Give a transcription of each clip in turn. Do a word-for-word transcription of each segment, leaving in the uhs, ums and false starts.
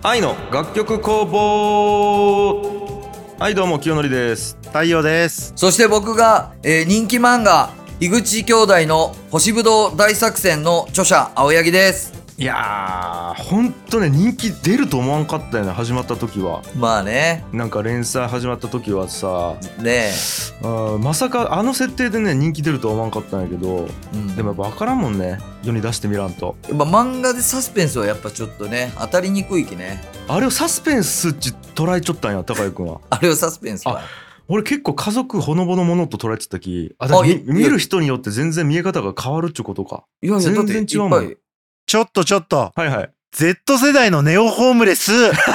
愛の楽曲工房。はい、どうも清則です。 太陽です。 そして僕が、えー、人気漫画井口兄弟の星ぶどう大作戦の著者青柳です。 いやーほんとね、人気出ると思わんかったよね、始まった時は。 まあね、 なんか連載始まった時はさねえ、まさかあの設定でね人気出るとは思わんかったんやけど、うん、でもやっぱ分からんもんね、世に出してみらんと。 やっぱ漫画でサスペンスはやっぱちょっとね当たりにくいきね。 あれをサスペンスっち捉えちゃったんや、高井くんは。 あれをサスペンスは俺結構家族ほのぼのものと捉えてたき、あ、だ見る人によって全然見え方が変わるっちゅうことか。 いやいや、全然違うもん。 ちょっとちょっと。 はいはい。 Z 世代のネオホームレス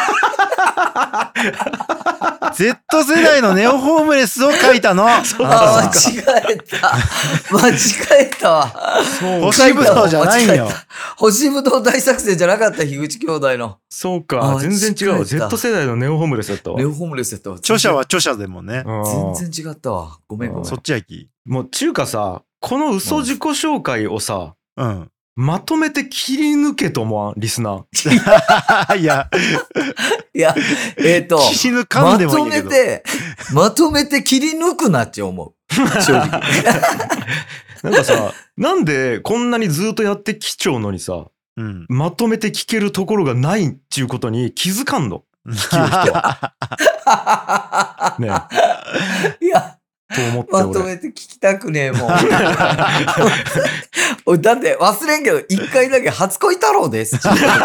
Z 世代のネオホームレスを書いたの。あ、 間違えた間違えたわ。 星ぶどうじゃないんよ。 星ぶどう大作戦じゃなかった、樋口兄弟の。 そうか、全然違うわ。 Z 世代のネオホームレスだったわ。 ネオホームレスだったわ。 著者は著者でもね、 全然違ったわ。ごめんごめん。 そっちやき。 もう中華さ、この嘘自己紹介をさ、 うん、 まとめて切り抜けと思わん、リスナー。 いやいや、えっと切り抜かんでもいいけど、 まとめてまとめて切り抜くなって思う、正直。 なんかさ、なんでこんなにずっとやってきちゃうのにさ、うん、まとめて聞けるところがないっていうことに気づかんの、聞きよる人は。ねえ。いや、 と思ってまとめて聞きたくねえもん。俺だって忘れんけど一回だけ初恋太郎です。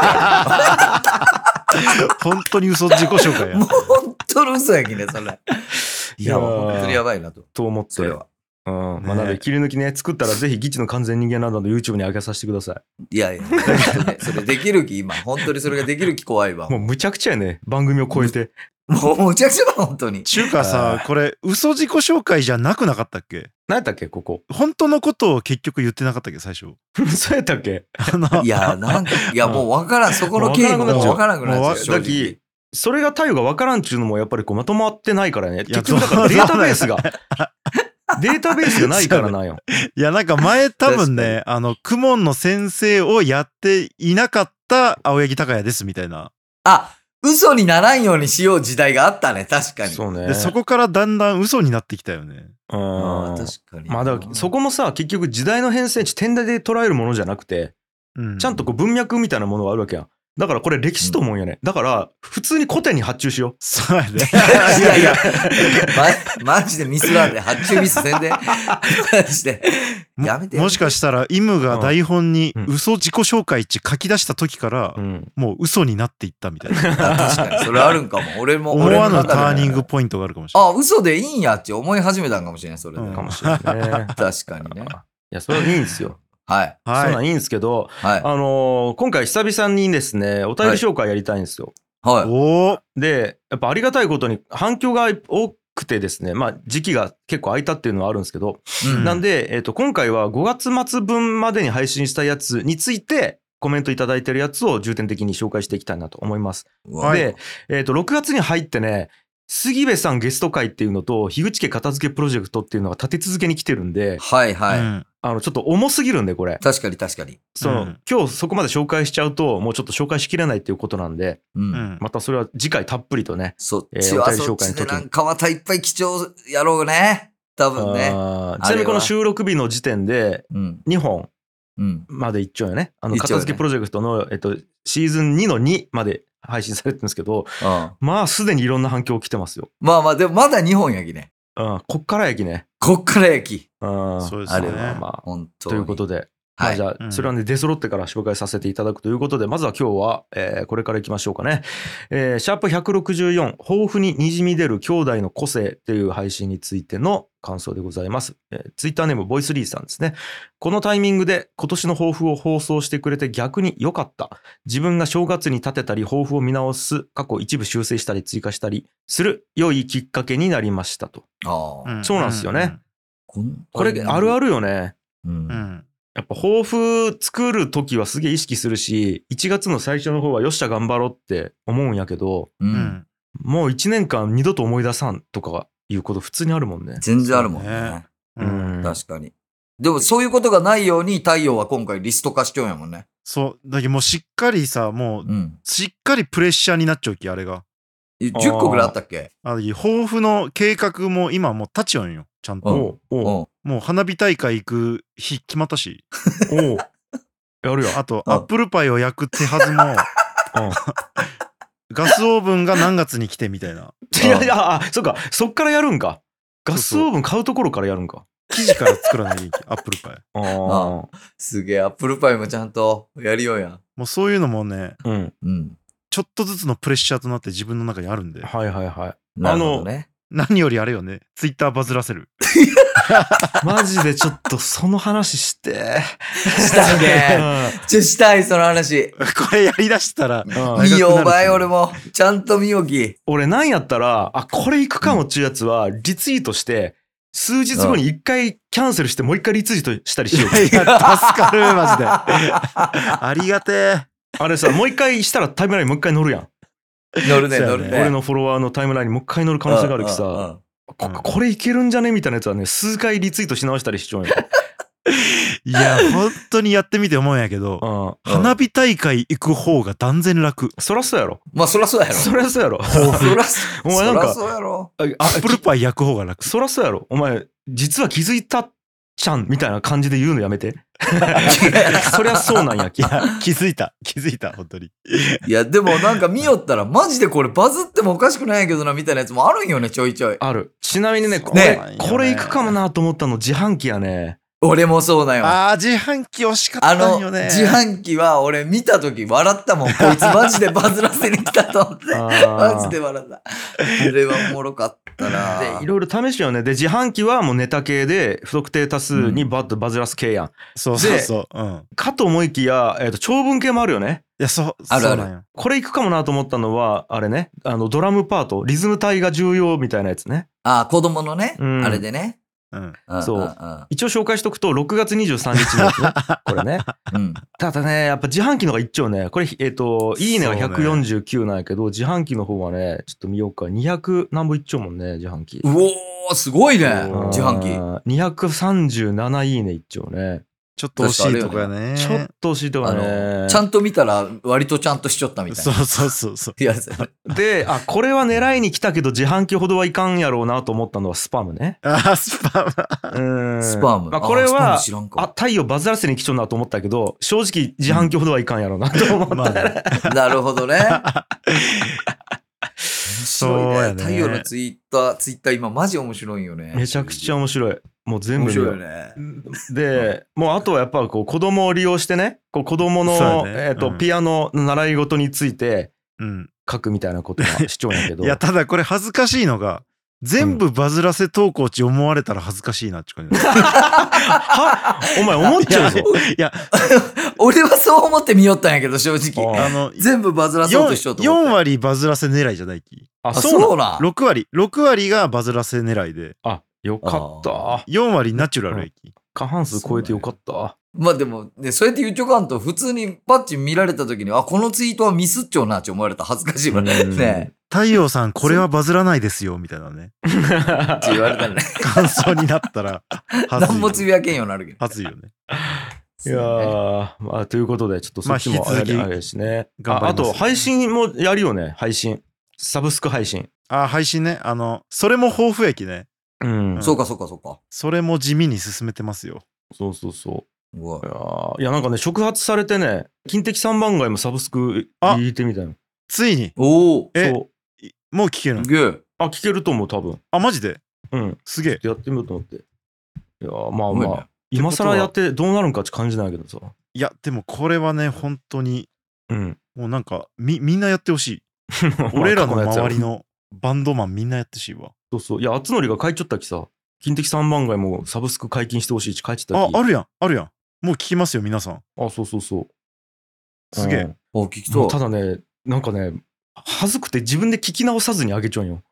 本当に嘘自己紹介や。 もう本当の嘘やきねそれ。いや本当にやばいなと。 と思って。それは。うん、まあ、なので切り抜きね作ったらぜひギチの完全人間などの YouTube に上げさせてください。いやいや、ね、それできる気今本当にそれができる気怖いわ。 もうむちゃくちゃやね、番組を超えて。 もうむちゃくちゃだ本当に。 中華さ、これ嘘自己紹介じゃなくなかったっけ？ 何やったっけここ。 本当のことを結局言ってなかったっけ最初。 そうやったっけ？ いやなんかいやもうわからん、そこの経緯もわからなくなっちゃう。 だきそれが太陽がわからんっちゅうのもやっぱりこうまとまってないからね。結局だからデータベースがデータベースがないからなんよ。 いやなんか前多分ね、あのクモンの先生をやっていなかった青柳高也ですみたいな。 あ、嘘にならんようにしよう時代があったね、確かに。 そうね。 でそこからだんだん嘘になってきたよね。 ああ、確かに。 まあだからそこもさ、結局時代の変遷値点で捉えるものじゃなくて、うん、ちゃんとこう文脈みたいなものがあるわけやん。だからこれ歴史と思うんよね、うん、だから普通に古典に発注しよう。 そうやね。 いやいやま、マジでミスらんで発注ミスせんでマジでやめて。 も, もしかしたらイムが台本に嘘自己紹介って書き出した時から、うん、もう嘘になっていったみたいな。 確かにそれあるんかも。俺も思わぬターニングポイントがあるかもしれない。 あ、嘘でいいんやって思い始めたんかもしれない。それで、うん、 かもしれないね。 確かにね。 いやそれはいいんですよ。 はい、 はい、そんなんいいんですけど、はい、あのー、今回久々にですねお便り紹介やりたいんですよ。 はい、 おでやっぱありがたいことに反響が多くてですね、まあ時期が結構空いたっていうのはあるんですけど、うん、なんで、えーと、今回はごがつ末分までに配信したやつについてコメントいただいてるやつを重点的に紹介していきたいなと思います。はい、で、えーと、ろくがつに入ってね杉部さんゲスト会っていうのと樋口家片付けプロジェクトっていうのが立て続けに来てるんで、 はいはい、うん、 あのちょっと重すぎるんでこれ。 確かに確かに。 その、うん、今日そこまで紹介しちゃうともうちょっと紹介しきれないっていうことなんで、うん、またそれは次回たっぷりとね、 そっちはそっちでなんかまたいっぱい貴重やろうね多分ね。 ちなみにこの収録日の時点でにほんまでいっちゃうよね。あの片付けプロジェクトの、えっと、シーズンにのにまで配信されてるんですけど、うん、まあすでにいろんな反響来てますよ。 まあまあでもまだにほんやきね。 うん、こっからやきね。 こっからやき。 うん、 そうですね。 あれはまあ本当ということで、 はい、 まあ、じゃあそれはね、うん、出揃ってから紹介させていただくということで、まずは今日は、えー、これからいきましょうかね。えー、シャープひゃくろくじゅうよん豊富ににじみ出る兄弟の個性という配信についての感想でございます。えー、ツイッターネームボイスリーさんですね。このタイミングで今年の抱負を放送してくれて逆に良かった。自分が正月に立てたり抱負を見直す、過去一部修正したり追加したりする良いきっかけになりましたと。 ああ、そうなんですよね。うん、これあるあるよね。うん、やっぱ抱負作る時はすげえ意識するし、いちがつの最初の方はよっしゃ頑張ろうって思うんやけど、うん、もういちねんかん二度と思い出さんとかいうこと普通にあるもんね。 全然あるもんね。うん、確かに。でもそういうことがないように太陽は今回リスト化しちゃうんやもんね。 そうだけどもうしっかりさもううん。 しっかりプレッシャーになっちゃうきあれがえじゅっこぐらいあったっけ？ あの抱負の計画も今もう立ちよんよちゃんと、 うんおうおううん。 もう花火大会行く日決まったしおうやるよ。 あとうんアップルパイを焼く手はずもうんガスオーブンが何月に来てみたいないやいや、あ、そっか、そっからやるんか。ガスそうそうオーブン買うところからやるんか。 生地から作らないといけないアップルパイああ。 すげえ、アップルパイもちゃんとやりようやん。 もうそういうのもねうん。 うん。 ちょっとずつのプレッシャーとなって自分の中にあるんではいはいはい。 なるほどね。 何よりあれよねツイッターバズらせるマジでちょっとその話して。 したいね。ちょ、したい、その話。 これやりだしたらうんうん見ようばい、俺も。ちゃんと見よき。 俺なんやったら、あ、これ行くかもっちゅうやつは、リツイートして、数日後に一回キャンセルして、もう一回リツイートしたりしよう。 いや助かるマジでありがてえあれさ、もう一回したらタイムラインもう一回乗るやん。 乗るね、 そうやね乗るね。 俺のフォロワーのタイムラインにもう一回乗る可能性があるきさ、 うんうんうんここれいけるんじゃねみたいなやつはね、数回リツイートし直したりしちゃうんよ。 いや本当にやってみて思うんやけどうん。 花火大会行く方が断然楽そらそうやろ。 まあ、そらそうやろ。 そりゃそうやろ。 そらそお前なんかそらそうやろ。 あアップルパイ焼く方が楽そらそうやろ。お前、実は気づいたちゃんみたいな感じで言うのやめて。そりゃそうなんやき。 いや気づいた気づいた本当にいや、でもなんか見よったら、マジでこれバズってもおかしくないけどな、みたいなやつもあるんよね、ちょいちょい。 ある。ちなみにね、これ、 そうなんよねこれいくかもなと思ったの自販機やね。 俺もそうだよ。ああー自販機惜しかったんの、 よね自販機は俺見たとき笑ったもん。こいつマジでバズらせに来たと思って。 あーマジで笑った。あれはおもろかったな。 で、いろいろ試しようね。で、自販機はもうネタ系で、不特定多数にバッとバズらす系やん。 そうそうそううんいかと思いきや、えっと、長文系もあるよね。 やそうあるあるそうなんよこれいくかもなと思ったのは、あれね、あの、ドラムパート、リズム隊が重要みたいなやつね。 あ、子供のね、 うんあれでね。 うんんそうんん一応紹介しとくと、ろくがつにじゅうさんにちのやつね。これね。 うん。 ただね、やっぱ自販機の方が一丁ね。これ、えっ、と、いいねがそうねひゃくよんじゅうきゅうなんやけど、自販機の方はね、ちょっと見ようか。にひゃく何本一丁もんね、自販機。 うおー、すごいねうん、 自販機。 にひゃくさんじゅうなないいね一丁ね。 ちょっと惜しいとこやねちょっと惜しいとかあねの、。ちゃんと見たら割とちゃんとしちょったみたいな。 そうそうそうそういや、 で、あ、これは狙いに来たけど自販機ほどはいかんやろうなと思ったのはスパムね。 あースパムうん。 スパム。 まあ、これあスパはム知らん、かあ、太陽バズらせに来ちょんなと思ったけど、正直自販機ほどはいかんやろうなと思った。 まあねなるほどね。面白いね。 そうやね太陽のツイッター、ツイッター今マジ面白いよね。 めちゃくちゃ面白い。もう全部面見よう白いよね。 で、もうあとはやっぱこう子供を利用してね、こう子供の、 そうやねえっと、 うんピアノの習い事についてうん書くみたいなことはしちょうんやけど。 いやただこれ恥ずかしいのが全部バズらせ投稿値思われたら恥ずかしいなって感じはお前思っちゃうぞ。 いや俺はそう思って見よったんやけど、正直。 ああの全部バズらそうとしようと思って。 よん割バズらせ狙いじゃないきあ、 あ、 そうなのそうなん。 ろく割ろく割がバズらせ狙いであ、よかった。 よん割ナチュラルやき過半数超えてよかった。 まあでも、ね、そうやって言っちょかんと、普通にパッチ見られた時に、あ、このツイートはミスっちょうなって思われたら恥ずかしいわね。 うんね太陽さんこれはバズらないですよみたいなねえ。って言われたらね。 感想になったら恥ずい何もつぶやけんようになるけど。 恥ずいよねいやー、まあ、ということで、ちょっとそっちもまあ引き続きあれやしね。ああ頑張りますと、配信もやるよね、配信。サブスク配信。 あ配信ねあのそれも豊富駅ねうん。 そうかそうかそうか。 それも地味に進めてますよそうそうそう。 うわいやーいやなんかね触発されてね金的三番街もサブスクあ入れてみたよ。 ついにおお。 えそうもう聞けるのすげえ。 あ聞けると思う多分。 あマジでうんすげえやってみようと思って。いやーまあすごいねまあ今更やってどうなるんかって感じないけどさ。 いやでもこれはね本当にうん。 もうなんかみみんなやってほしい俺らの周りのバンドマンみんなやってほしいわそうそういや厚則が書いちゃったきさ金的三番街もサブスク解禁してほしいって書いちゃったき。 ああるやんあるやんもう聞きますよ皆さんあそうそうそう。 すげえうんお、聞きもそうう。 ただねなんかね恥ずくて自分で聞き直さずにあげちゃうんよ。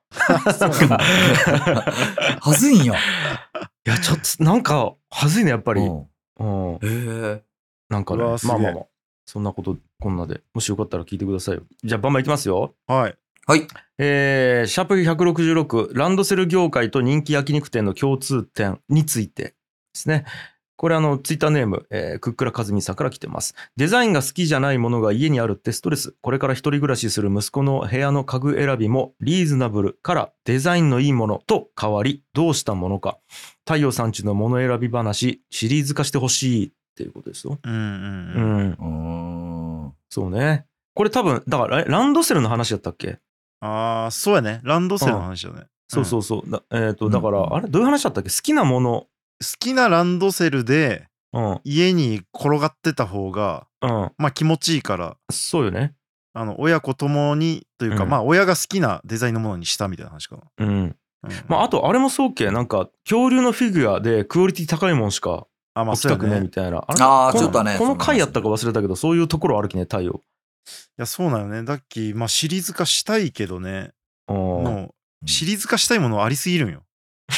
はずいんや。 いやちょっとなんか恥ずいねやっぱり。 うんうん。 へえ。 なんかね、 うわすげえまあまあまあ、そんなこと、こんなで、もしよかったら聞いてくださいよ。じゃあ、バンバンいきますよ。 はいはい。 えー、シャープひゃくろくじゅうろく、ランドセル業界と人気焼肉店の共通点についてですね。 これあのツイッターネーム、えー、クックラカズミさんから来てます。デザインが好きじゃないものが家にあるってストレス。これから一人暮らしする息子の部屋の家具選びもリーズナブルからデザインのいいものと変わり、どうしたものか。太陽さんちのもの選び話シリーズ化してほしいっていうことですよ。 うんうんうん。 うんうん。 そうね。これ多分だからランドセルの話だったっけ？ ああ、そうやね。ランドセルの話だね。 そうそうそう。だえっとうんだから、 うんあれどういう話だったっけ？好きなもの。 好きなランドセルでうん家に転がってた方がうんまあ気持ちいいから、 そうよね。 あの親子ともにというか、 うんまあ親が好きなデザインのものにしたみたいな話かな。 うん。 うん、 まああとあれもそうっけ？なんか恐竜のフィギュアでクオリティ高いもんしかあまあ置きたくねそうやね。いみたいな。あれあーこのちょっとねこの回やったか忘れたけど、そういうところあるきね、太陽。 やそうなのね。だっきまあシリーズ化したいけどね。 うんもうシリーズ化したいものありすぎるんよ。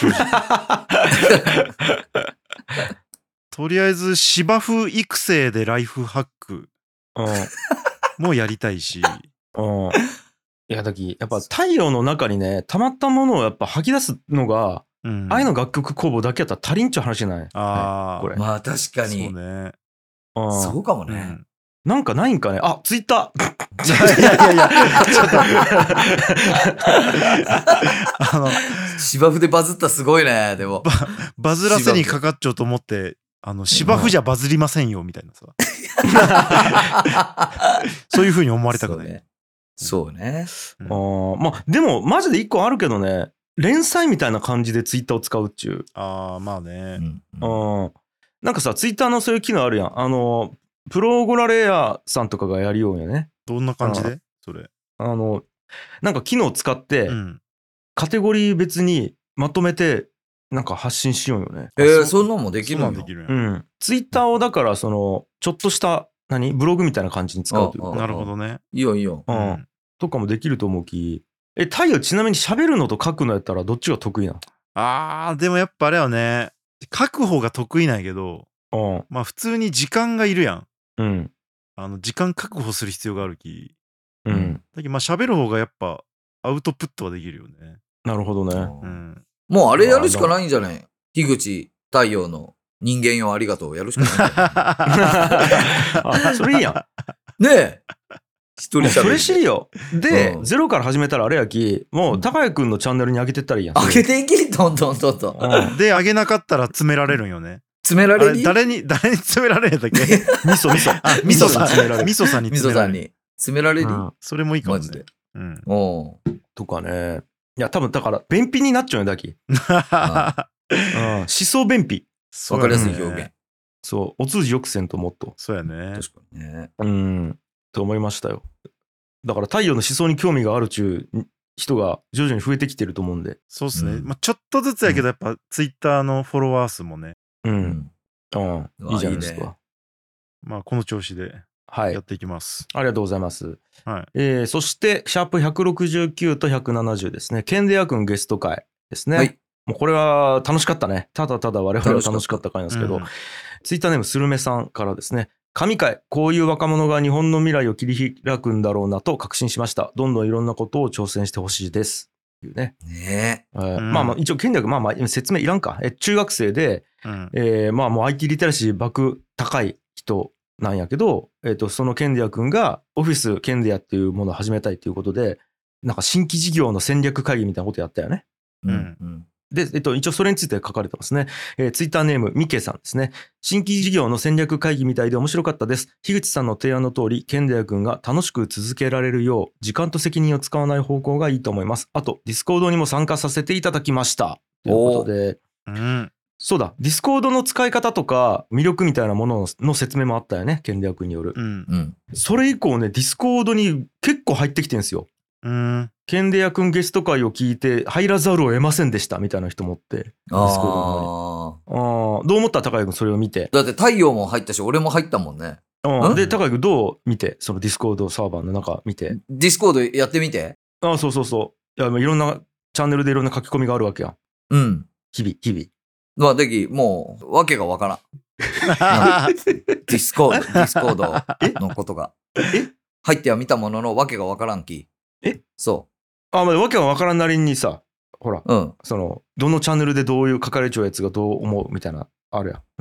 とりあえず芝生育成でライフハックもやりたいし。 うんうんいやだきやっぱ太陽の中にね溜まったものをやっぱ吐き出すのが、 うん、 愛の楽曲工房だけやったら足りんちゅう話じゃない？ あーこれ、 まあ確かに。 そうね。 うんそうかもね。 うんなんかないんかね。あ、ツイッター。 いやいやいや、ちょっとあの芝生でバズったすごいね、でも。 バズらせにかかっちゃうと思ってあの芝生じゃバズりませんよみたいなさそういう風に思われたくない。 そうね。そうね。 うんあーまあでもマジで一個あるけどね、連載みたいな感じでツイッターを使うっちゅう。 ああまあね。 うんうんなんかさツイッターのそういう機能あるやん。あのプロゴラレアさんとかがやりようよね。 どんな感じでそれ。 あのなんか機能使って、 うん。 カテゴリー別にまとめてなんか発信しようよね。 えー、そんなんもできるのそんなんできるんや。 うん。ツイッターをだからそのちょっとした何ブログみたいな感じに使うというああか、 なるほどね。 いいよいいよ。 うんうんとかもできると思うき。え太陽ちなみに喋るのと書くのやったらどっちが得意なあーでもやっぱあれはね、書く方が得意なんやけど、 の？ まあ普通に時間がいるやん。 うんうんあの時間確保する必要があるき。 うん、 うんだけどまあ喋る方がやっぱアウトプットはできるよね。 なるほどね。 うん。 もうあれやるしかないんじゃない樋口太陽の人間よありがとうやるしかないんじゃあそれいいやん。 ないねえ。一人喋りでもうそれしいよ。で、 うんゼロから始めたらあれやき、もう高谷くんのチャンネルに上げてったらいいやん。 上げていきどんどんどんどん。 うんで、あげなかったら詰められるんよね。あれ詰められる誰に、誰に詰められるんだっけ味噌味噌。 あ、味噌さん。 詰められる味噌さんにみそ詰められる。 さんに詰められる、 うんそれもいいかもね。 マジで。 うん。 おうとかね。いや多分だから便秘になっちゃうんだき。うん、思想便秘。 わかりそうやねやすい表現。 そうお通じよくせんともっと。 そうやね。 確かにね。 うんと思いましたよ。だから太陽の思想に興味があるちゅう人が徐々に増えてきてると思うんで。 そうっすね。 うんまあちょっとずつやけど、やっぱツイッターのフォロワー数もね、 う。 うんん。 うん。いいじゃないですか。 いいねまあこの調子ではいやっ。ていきます。 ありがとうございます。 はい。 えーそして、シャープひゃくろくじゅうきゅうとひゃくななじゅうですね。ケンデア君ゲスト会ですね。 はいもうこれは楽しかったね。ただただ我々は楽しかった回なんですけど、 うんツイッターネームスルメさんからですね。神回、こういう若者が日本の未来を切り開くんだろうなと確信しました。どんどんいろんなことを挑戦してほしいです。というね。 ねえーうんまあまあ一応ケンデア君、まあまあ説明いらんか。え中学生で、 うん。 えーまあもう アイティー リテラシー爆高い人なんやけど、えー、とそのケンディア君がオフィスケンディアっていうものを始めたいということでなんか新規事業の戦略会議みたいなことやったよね。 え。ううんん。うん。 で、えっと、一応それについて書かれてますね。えー、ツイッターネームミケさんですね。新規事業の戦略会議みたいで面白かったです。樋口さんの提案の通り、ケンディア君が楽しく続けられるよう、時間と責任を使わない方向がいいと思います。あと、ディスコードにも参加させていただきました。ということで、 うん。 そうだ、ディスコードの使い方とか魅力みたいなものの説明もあったよね、ケンディア君による。 うん。 うん。 それ以降ね、ディスコードに結構入ってきてるんですよ。 うん。 ケンディア君ゲスト会を聞いて入らざるを得ませんでしたみたいな人もおって、ディスコードのああ。 方に。あーどう思った高谷君それを見て。 だって太陽も入ったし、俺も入ったもんね。 うんんで高谷君どう見て、そのディスコードサーバーの中見て。 ディスコードやってみて。 ああそうそうそういや、いろんなチャンネルでいろんな書き込みがあるわけやん、 うん。 日々日々。 まあ、でき、もう、わけがわからん。ディスコード、ディスコードのことが。 え入っては見たもののわけがわからんき。 えそあまあわけは分からんなりにさ、ほらう。うん。 そのどのチャンネルでどういう書かれちゃうやつがどう思うみたいなあるやん、なんか。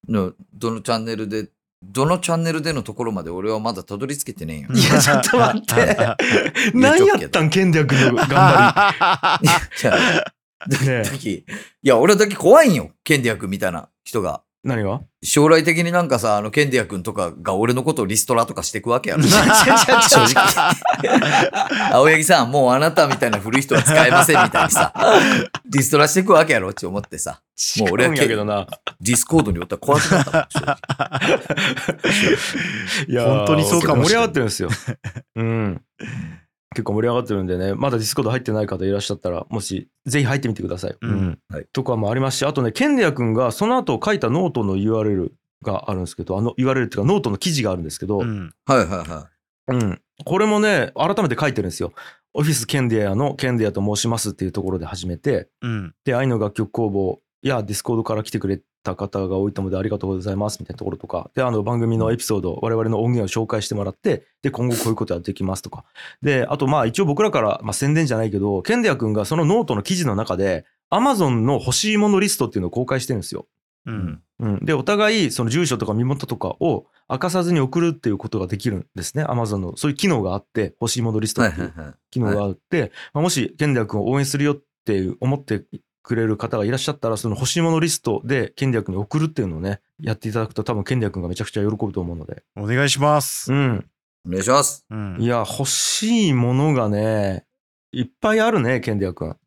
のどのチャンネルでどのチャンネルでのところまで俺はまだたどり着けてねえよ。 いやちょっと待って何やったんケンデア君の頑張いやじゃありねえだけいや俺だけ怖いんよケンディア君みたいな人が。 何が将来的になんかさあのケンディア君とかが俺のことをリストラとかしていくわけやろ。正直青柳さんもうあなたみたいな古い人は使えませんみたいにさリストラしていくわけやろって思ってさ、もう俺は違うんやけどなディスコードにおったら怖くなったもん正直。 いや本当にそうかもしれない盛り上がってるんですようん結構盛り上がってるんでね、まだディスコード入ってない方いらっしゃったらもしぜひ入ってみてください、 うんうんはい、 とかもありますし、あとねケンデア君がその後書いたノートの ユーアールエル があるんですけど、あの ユーアールエル っていうかノートの記事があるんですけど、 うんはいはいはうん、これもね改めて書いてるんですよ。オフィスケンデアのケンデアと申しますっていうところで始めて、 うんで愛の楽曲工房やディスコードから来てくれた方が多いのでありがとうございますみたいなところとかで、あの番組のエピソード我々の音源を紹介してもらって、で今後こういうことやっていきますとかで、あとまあ一応僕らから、まあ、宣伝じゃないけどケンデア君がそのノートの記事の中で Amazon の欲しいものリストっていうのを公開してるんですよ。 うい。うんん。 うん、でお互いその住所とか身元とかを明かさずに送るっていうことができるんですね。 Amazon のそういう機能があって、欲しいものリストっていうはいはいはい。 機能があって、まあ、もしケンデア君を応援するよって思ってくれる方がいらっしゃったら、その欲しいものリストでケンデア君に送るっていうのをねやっていただくと多分ケンデア君がめちゃくちゃ喜ぶと思うので、 お願いします。 うん、 お願いします。 うんいや欲しいものがねいっぱいあるねケンデア君。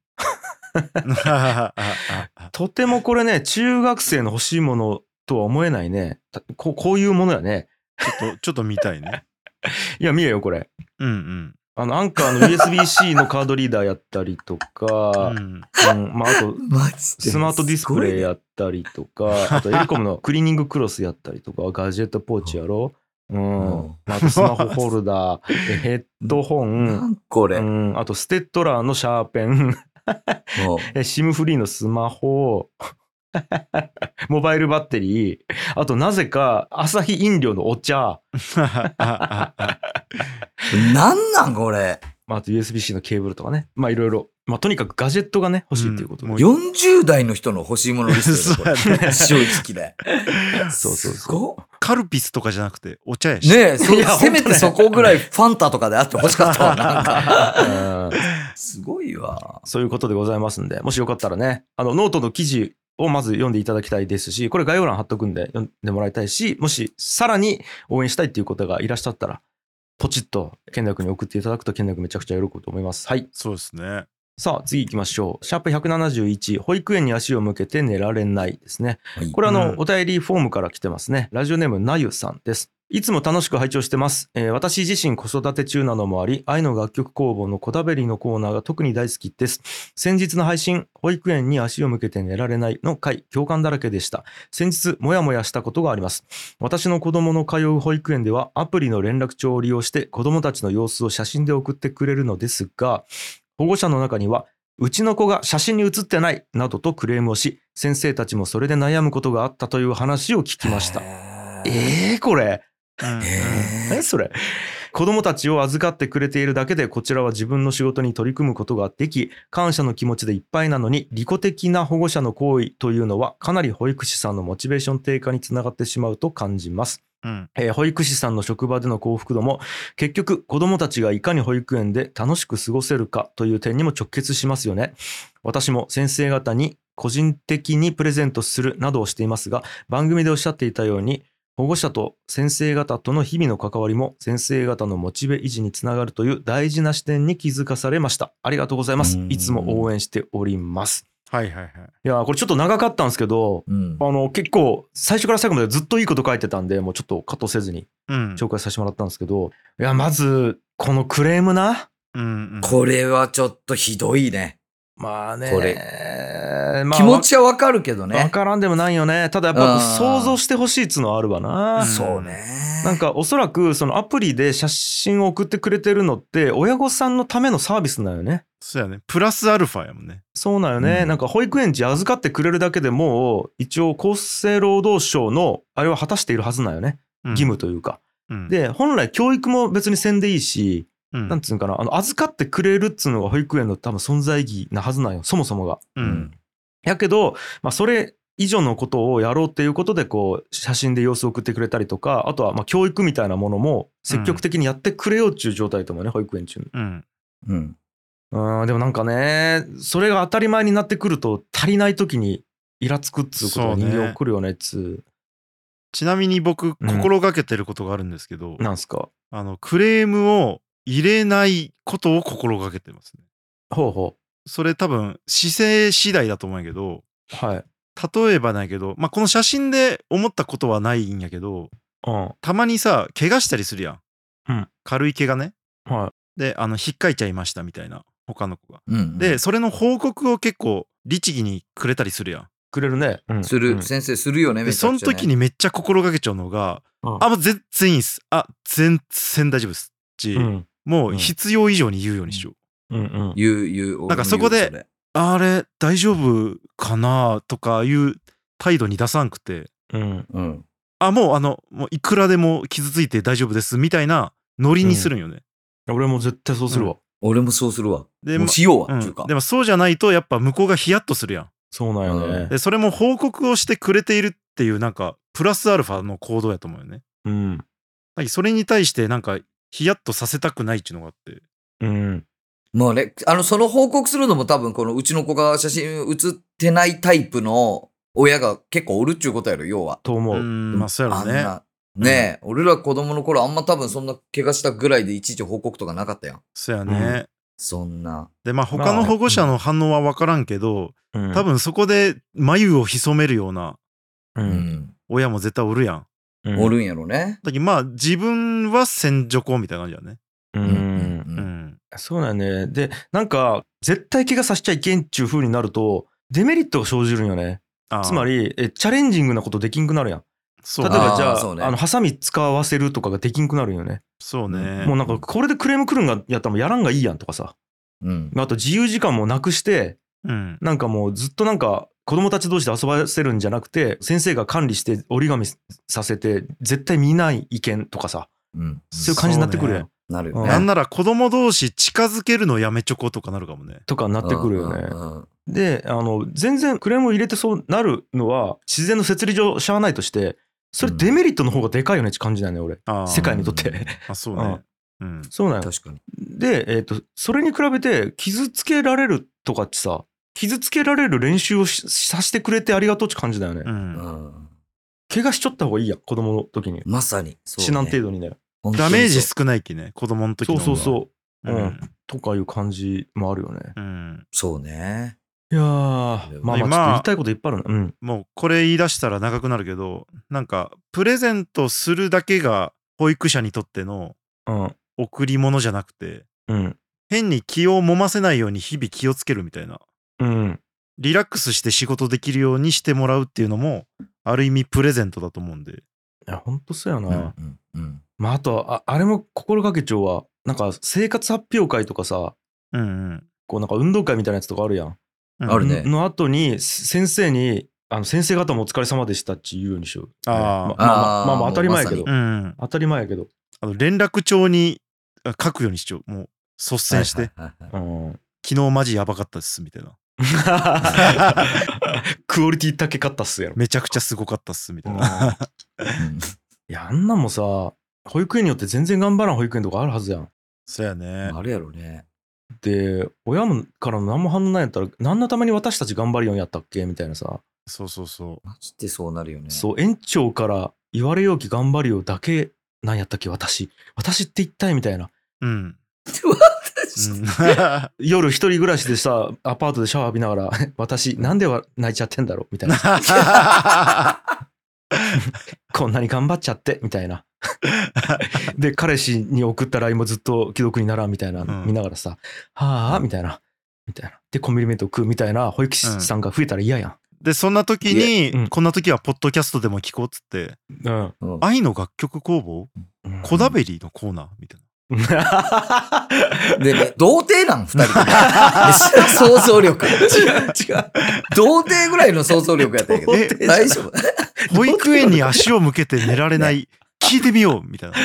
とてもこれね中学生の欲しいものとは思えないね。こう、こういうものやね。 ちょっとちょっと見たいね。 いや見えよこれ。 うんうんあのアンカーの ユーエスビー-C のカードリーダーやったりとか、 うんうんまあ、あとマジでスマートディスプレイやったりとか、あとエリコムのクリーニングクロスやったりとか、ガジェットポーチやろ、うんうんまあ、あとスマホホルダー、えヘッドホなン、 んこれ。 うん、あとステッドラーのシャーペン、 もうえ シム フリーのスマホ、モバイルバッテリー、あとなぜかアサヒ飲料のお茶、 なんなんこれ。 まあ、あと ユーエスビー-C のケーブルとかね、まあいろいろ、まあとにかくガジェットがね欲しいっていうことで、 うんもうよんじゅう代の人の欲しいものリストよこれ。正直で。 そうそうそうすごっカルピスとかじゃなくてお茶やし。 ねえ、そいやせめてそこぐらいファンタとかであってほしかったわ。なんか。 うんすごいわ。 そういうことでございますんで、もしよかったらね、あのノートの記事をまず読んでいただきたいですし、これ概要欄貼っとくんで読んでもらいたいし、もしさらに応援したいっていう方がいらっしゃったら、ポチッと健太君に送っていただくと健太君めちゃくちゃ喜ぶと思います。はい。 そうですね。 さあ次行きましょう。シャープひゃくななじゅういち、保育園に足を向けて寝られないですね。 はいこれあの、 うんお便りフォームから来てますね。ラジオネームなゆさんです。いつも楽しく拝聴してます、えー私自身子育て中なのもあり、愛の楽曲工房のこだべりのコーナーが特に大好きです。先日の配信、保育園に足を向けて寝られないの回、共感だらけでした。先日もやもやしたことがあります。私の子供の通う保育園ではアプリの連絡帳を利用して子供たちの様子を写真で送ってくれるのですが、保護者の中にはうちの子が写真に写ってないなどとクレームをし、先生たちもそれで悩むことがあったという話を聞きました。 へーえー、これうんへーえそれ子供たちを預かってくれているだけでこちらは自分の仕事に取り組むことができ、感謝の気持ちでいっぱいなのに、利己的な保護者の行為というのはかなり保育士さんのモチベーション低下につながってしまうと感じます。 うんえー保育士さんの職場での幸福度も結局子どもたちがいかに保育園で楽しく過ごせるかという点にも直結しますよね。私も先生方に個人的にプレゼントするなどをしていますが、番組でおっしゃっていたように保護者と先生方との日々の関わりも先生方のモチベ維持につながるという大事な視点に気づかされました。ありがとうございます。 うんいつも応援しております。 はいはいはい。 いやーこれちょっと長かったんですけど、 うんあの結構最初から最後までずっといいこと書いてたんで、もうちょっとカットせずにうん紹介させてもらったんですけど、いやまずこのクレームな、 うんうんこれはちょっとひどいね。 まあねこれまあ気持ちはわかるけどわね。 からんでもないよね。ただやっぱうん想像してほしいっつうのはあるわな、 うんそうね。 なんかおそらくそのアプリで写真を送ってくれてるのって親御さんのためのサービスなんよね。 そうやね。プラスアルファやもんね。 そうなんよね、 うんなんか保育園児預かってくれるだけでもう一応厚生労働省のあれは果たしているはずなんよね、 うん義務というか。 うんで本来教育も別にせんでいいし、 うんなんつうんかな、あの預かってくれるっつうのが保育園の多分存在意義なはずなんよ、そもそもが。 ううんん。 やけど、まあ、それ以上のことをやろうっていうことでこう写真で様子を送ってくれたりとか、あとはまあ教育みたいなものも積極的にやってくれようっていう状態と思うね、保育園中に。 うんうん。 うん、でもなんかね、それが当たり前になってくると足りない時にイラつくっつうことが人間起こるよねっつちなみに僕うん心がけてることがあるんですけど、 う。なんすか。 あのクレームを入れないことを心がけてますね。 ほうほそれ多分姿勢次第だと思うんやけど、 う。はい。 例えばなんやけど、まあ、この写真で思ったことはないんやけど、 うん。 たまにさ怪我したりするやん、 うん、 軽い怪我ね。 はであの引っかいちゃいましたみたいな他の子が、 うんうん。 でそれの報告を結構律儀にくれたりするやん。 い。くれるね。うん、 する、 うん先生するよね、 でめちゃくちゃ、ね。 その時にめっちゃ心がけちゃうのが、 うんあもう全然いいっす、あ全然大丈夫っすし、 うんもう必要以上に言うようにしよう、 うんうん。 言う、言う。 なんかそこで俺も言うあれ大丈夫かなとかいう態度に出さんくて、 うん。 それうん。 あもうあのもういくらでも傷ついて大丈夫ですみたいなノリにするんよね、 俺も絶対そうするわ。 俺もそうするわ。 でもうしようわ、 うんっていうか。 でもそうじゃないとやっぱ向こうがヒヤッとするやん。 そうなんよね。 でそれも報告をしてくれているっていうなんかプラスアルファの行動やと思うよね。 うん。 なんかそれに対してなんかヒヤッとさせたくないっていうのがあって、 うん。 もうね、あの、その報告するのも多分このうちの子が写真写ってないタイプの親が結構おるっちゅうことやろ、要は。 と思う。 うーんまあそうやろね。 あんなねえ、俺ら子供の頃あんま多分そんな怪我したぐらいでいちいち報告とかなかったやん。 そうやね、 そんな。 でまあ他の保護者の反応は分からんけど、 うん、 多分そこで眉を潜めるようなう。 うんん。 親も絶対おるやん。 うん、 おるんやろね。 だけどまあ自分は先女子みたいな感じだね。 う。 うんうんんそうだよね。で、なんか、絶対怪我させちゃいけんっちゅう風になると、デメリットが生じるんよね。 あーつまりえ、チャレンジングなことできんくなるやん。 そうね例えばじゃあ、 あーそうねあの、ハサミ使わせるとかができんくなるんよね。 そうね、 もうなんか、これでクレーム来るんがやったらもうやらんがいいやんとかさ。 うん。 あと自由時間もなくして、 うんなんかもうずっとなんか子供たち同士で遊ばせるんじゃなくて、先生が管理して折り紙させて絶対見ない意見とかさ、 うん。 そういう感じになってくるやん。うんなるよね。 なんなら子供同士近づけるのやめちょことかなるかもね。 とかになってくるよね。 うんうんで、あの全然クレームを入れてそうなるのは自然の摂理上しゃあないとして、それデメリットの方がでかいよねって感じだよね、俺。 あー世界にとって。 あそうね。うん。 そうなんよ。 確かに。 で、えっと、それに比べて傷つけられるとかってさ、傷つけられる練習をしさせてくれてありがとうって感じだよね。 う。 うんん。 怪我しちゃった方がいいやん、子供の時に。 まさに。そうね死なん程度にね。 本当にそうダメージ少ないきね、子供の時の方が。 そうそうそう。 ううんん。とかいう感じもあるよね。 うん。 そうね。 いやー、まあまあ、ちょっとまあ言いたいこといっぱいあるな。うん。 もうこれ言い出したら長くなるけど、なんかプレゼントするだけが保育者にとってのうん。 贈り物じゃなくて、 うん。 変に気を揉ませないように日々気をつけるみたいな。 うん。 リラックスして仕事できるようにしてもらうっていうのもある意味プレゼントだと思うんで。 いや、ほんとそうやな。 うんうんまあ、あとあ、あれも心がけちゃうわ。なんか、生活発表会とかさ、 うんうん。 こうなんか運動会みたいなやつとかあるやん。 うんあるねの後に、先生に、あの先生方もお疲れ様でしたって言うようにしよう。 あーまあまあまあまあまあ当たり前やけどもう。 うんうん。 当たり前やけど。 あの連絡帳にあ書くようにしちゃう。もう率先して、 はいはいはいはいうん。 昨日マジやばかったですみたいな。 クオリティ高かったっすやろ。 めちゃくちゃすごかったっすみたいな。 うんいや、あんなんもさ、保育園によって全然頑張らん保育園とかあるはずやん。 そうやね。 あれやろね。 で、親もからの何も反応ないんやったら、何のために私たち頑張るようにやったっけみたいなさ。 そうそうそマジでそうなるよね。 そう、園長から言われようき頑張るよだけなんやったっけ私。私って一体みたいな。 う。うん。 私うん夜一人暮らしでさ、アパートでシャワー浴びながら、私、なんでは泣いちゃってんだろうみたいな。こんなに頑張っちゃってみたいな。で、彼氏に送った ライン もずっと既読にならんみたいな、 うん見ながらさ、はあみたいな。みたいな。で、コンビニ弁当食うみたいな保育士さんが増えたら嫌やん。 で、そんな時に、 うんこんな時はポッドキャストでも聞こうっつって、 うん。 うん愛の楽曲工房うんコダベリーのコーナーみたいな。 でね、童貞なん二人とも。想像力。違う違う。童貞ぐらいの想像力やったんやけど。 え大丈夫。 保育園に足を向けて寝られない、聞いてみようみたいな。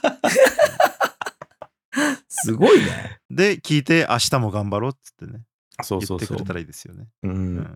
すごいね。 で、聞いて明日も頑張ろうっつってね。 そうそうそう言ってくれた。らいいですよね。 う。 うんん。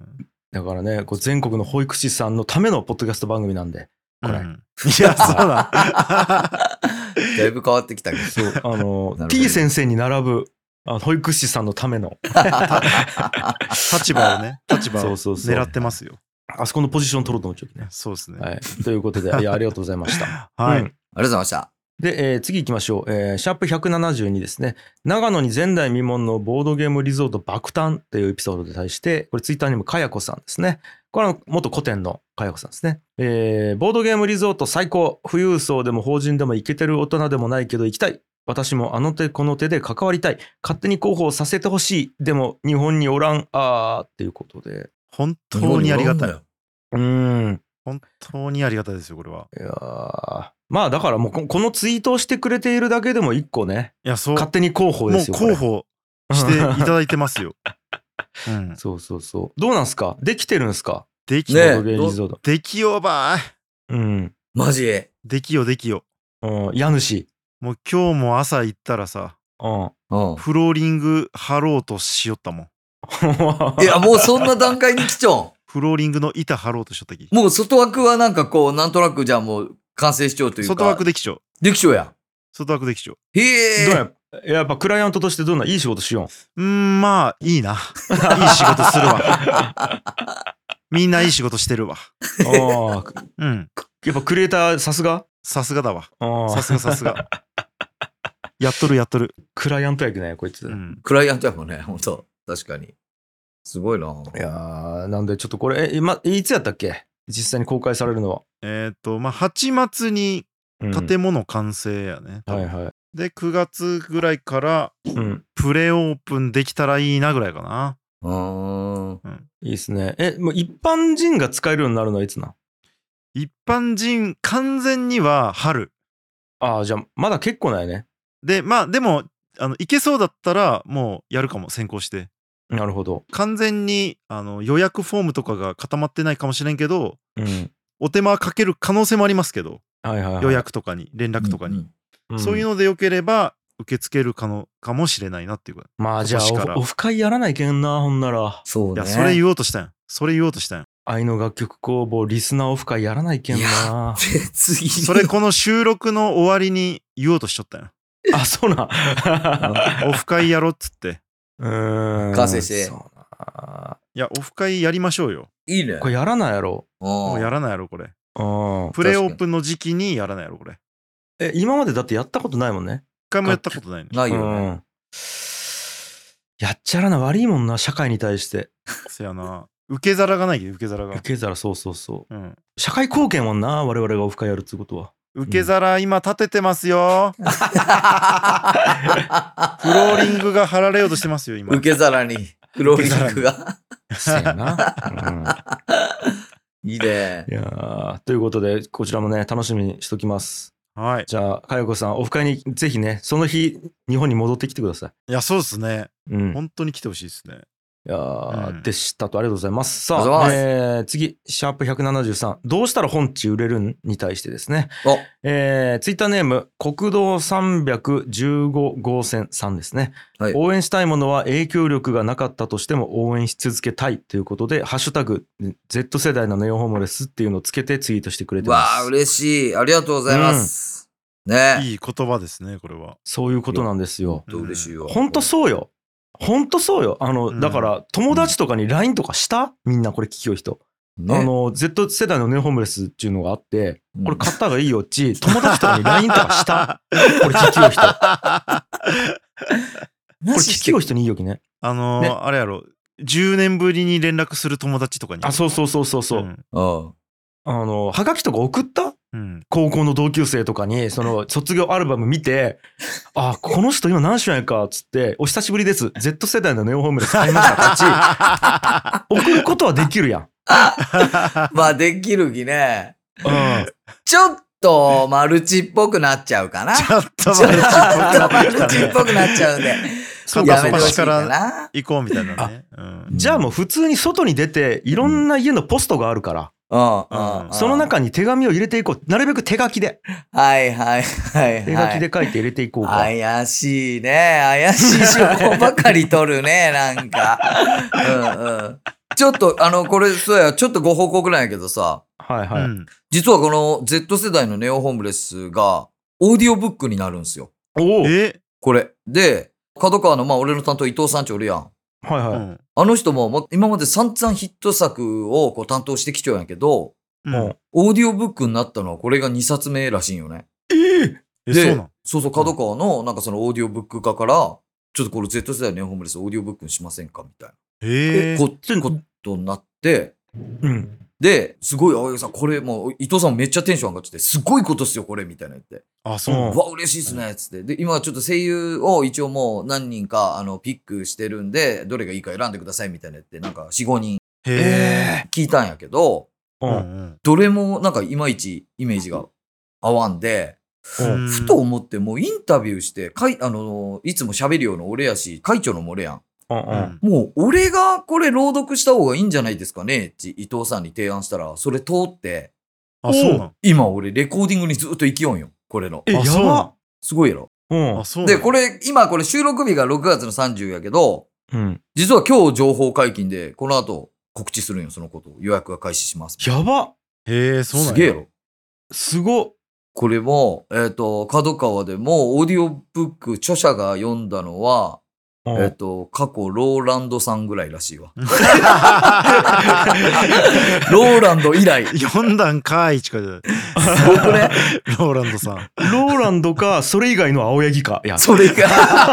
だからね、こう全国の保育士さんのためのポッドキャスト番組なんで、これ。 うん、いや、そうだ。 だいぶ変わってきたけど。 そう、あの、 ど T 先生に並ぶ、あの保育士さんのための。 立場をね、立場をそうそうそう狙ってますよ。 あそこのポジション取ろうと思っちゃうね。 そうですね。 はい。ということで、いや、ありがとうございました。 はい。 うんありがとうございました。 で、えー次行きましょう。えーシャープひゃくななじゅうにですね。長野に前代未聞のボードゲームリゾート爆誕っていうエピソードで対して、これツイッターにもかやこさんですね。これは元古典のかやこさんですね。えーボードゲームリゾート最高。富裕層でも法人でもイケてる大人でもないけど行きたい。私もあの手この手で関わりたい。勝手に広報させてほしい。でも日本におらん。あーっていうことで。 本当にありがたい。 日うーん。 本当にありがたいですよ、これは。 いやーまあだからもうここのツイートをしてくれているだけでも一個ね、 いや、そう。 勝手に広報ですよ。 もう広報していただいてますよ。うん。 そうそうそう。どうなんすか？できてるんすか？ でき、 ねボードゲームリゾート。 できよばい。 うん。 マジ。 できよ、できよ。 うん。家主。 もう今日も朝行ったらさ、 うん。 うん。 フローリング貼ろうとしよったもん。 いや、もうそんな段階に来ちょん。 フローリングの板貼ろうとしとったき。 もう外枠はなんかこう、なんとなくじゃあもう完成しちゃうというか。 外枠できちょう。 できちょうやん。 外枠できちょへえ。 どうややっぱクライアントとしてどんないい仕事しよう。うーん、まあ、いいな。いい仕事するわ。みんないい仕事してるわ。 う。ああ。 うん。 やっぱクリエイターさすが？ さすがだわ。 ああ。 さすがさすが。やっとるやっとる。 クライアントやけね、こいつ。 うん。 クライアントやもんね、ほんと。確かに。すごいな。 いやーなんでちょっとこれ、え、今、いつやったっけ？実際に公開されるのは。 えっと、まあ、はちがつにうん建物完成やね。多分はいはい。 で、くがつぐらいからうん。 プレオープンできたらいいなぐらいかな。 うーん。 いいっすね。え、もう一般人が使えるようになるのはいつなん？ 一般人、完全には春。 ああ、じゃあ、まだ結構ないね。 で、まあ、でも、あの、いけそうだったら、もうやるかも、先行して。 なるほど。 完全に、あの、予約フォームとかが固まってないかもしれんけど、 うん。 お手間かける可能性もありますけど、 はいはいはい。 予約とかに、連絡とかに。 うんそういうのでよければ、受け付けるかのかもしれないなっていうか。 まあじゃあ今年からオフ、オフ会やらないけんな、ほんなら。 そうね。 いや、それ言おうとしたんや。それ言おうとしたんや。 愛の楽曲工房リスナーオフ会やらないけんな。 別に。 それこの収録の終わりに言おうとしちゃったんや。 あ、そうなん。 オフ会やろっつって。 うーん。 完成してそうな。 いや、オフ会やりましょうよ。 いいね。 これやらないやろ。 もうやららないやろ、これ。 うん。 プレオープンの時期にやらないやろ、これ。 え、今までだってやったことないもんね。 一回もやったことないの。 ないようね。 ん。やっちゃらな悪いもんな、社会に対して。 せやな。受け皿がないけど、受け皿が受。け皿、そうそうそう。 うん。 社会貢献もんな、我々がオフ会やるってことは。 受け皿今立ててますよ。フローリングが貼られようとしてますよ、今。 受け皿に、フローリングが。 そうやな。 いいねうん、い。やーということで、こちらもね、楽しみにしときます。 はい。 じゃあ、かよこさん、オフ会にぜひね、その日、日本に戻ってきてください。 いや、そうですね。 うん。 本当に来てほしいですね。 いやーうんでしたと、ありがとうございます。さあ、 ありがとうございますえー次、シャープひゃくななじゅうさん、どうしたら本地売れるんに対してですね、 お、 えー、ツイッターネーム、国道さんびゃくじゅうご号線さんですね。 はい応援したいものは影響力がなかったとしても応援し続けたいということで、ハッシュタグ、Z 世代のネオホモレスっていうのをつけてツイートしてくれてます。 わあ、嬉しい。ありがとうございます。ね。 いい言葉ですね、これは。 そういうことなんですよ。 ほんと嬉しいわ。 ほんとそうよ。ほんとそうよ。あの、 うんだから、友達とかに ライン とかしたみんなこれ聞きよう人。 ね。 あの、Z 世代のネオホームレスっていうのがあって、 うんこれ買った方がいいよっち、友達とかに ライン とかしたこれ聞きよう人。これ聞きよう人にいいよきね。 あのーねあれやろ、じゅうねんぶりに連絡する友達とかに。 あ、そうそうそうそうそう。 んうん。 あの、はがきとか送ったうん。 高校の同級生とかに、その卒業アルバム見て、あ、この人今何種やんかっつって、お久しぶりです。Z 世代のネオホームレス買いましたたち、送ることはできるやん。 まあ、できる気ね。 うん。 ちょっとマルチっぽくなっちゃうかな。 ちょっとちょっとママルルチっぽくなっちゃうんで。 そうか、そやめてほしいっちからかな。 行こうみたいなね。うん。 じゃあもう普通に外に出て、いろんな家のポストがあるから、 ああ、 うんその中に手紙を入れていこう。なるべく手書きで。 はいはいはいはい。 手書きで書いて入れていこうか。 怪しいね。怪しい証拠ばかり取るね、なんか。うんうん。ちょっと、あの、これ、そうや、ちょっとご報告なんやけどさ、 はいはい。 うん実はこの Z 世代のネオホームレスが、オーディオブックになるんですよ。 おお。はいえこれ。で、角川の、まあ、俺の担当伊藤さんちおるやん。 はい。 うんあの人も、ま今まで散々ヒット作をこう担当してきちゃうんやけど、 うんうんオーディオブックになったのはこれがにさつめらしいんよね。 えーでえそうなんそうそう、角川のなんかそのオーディオブック化から、ちょっとこれ Z 世代のネオホームレスオーディオブックにしませんかみたいな。 えーこことになって、 うん。 で、すごい、青柳さん、これもう、伊藤さんめっちゃテンション上がってて、すごいことっすよ、これ、みたいな言って。 あそうなんうんうわ、嬉しいっすね、つって。で、今ちょっと声優を一応もう何人か、あの、ピックしてるんで、どれがいいか選んでください、みたいな言って、なんかよん、ごにんへ聞いたんやけど、 う。 えうんんどれもなんかいまいちイメージが合わんで、 うんふと思ってもうインタビューして、かい、あの、いつも喋るような俺やし、会長のも俺やん。 うんううんんもう俺がこれ朗読した方がいいんじゃないですかねって伊藤さんに提案したら、それ通って、 あそうなん今俺レコーディングにずっと行きよんよ。これの。 え、やあそうなば。 すごいやろ。 うんあそうなんで、これ、今これ収録日がろくがつのさんじゅうやけど、 うん。 実は今日情報解禁で、この後告知するんよ、そのことを。予約が開始します。 やば。 へえそうなんやすげえやろ。 すご。 これも、えっ、と、角川でもオーディオブック著者が読んだのは、 うんえっ、と、過去ローランドさんぐらいらしいわ。ローランド以来。す読んだんかいちかでごくね。 ローランドさんローランドか、それ以外の青柳か。いや、 それが。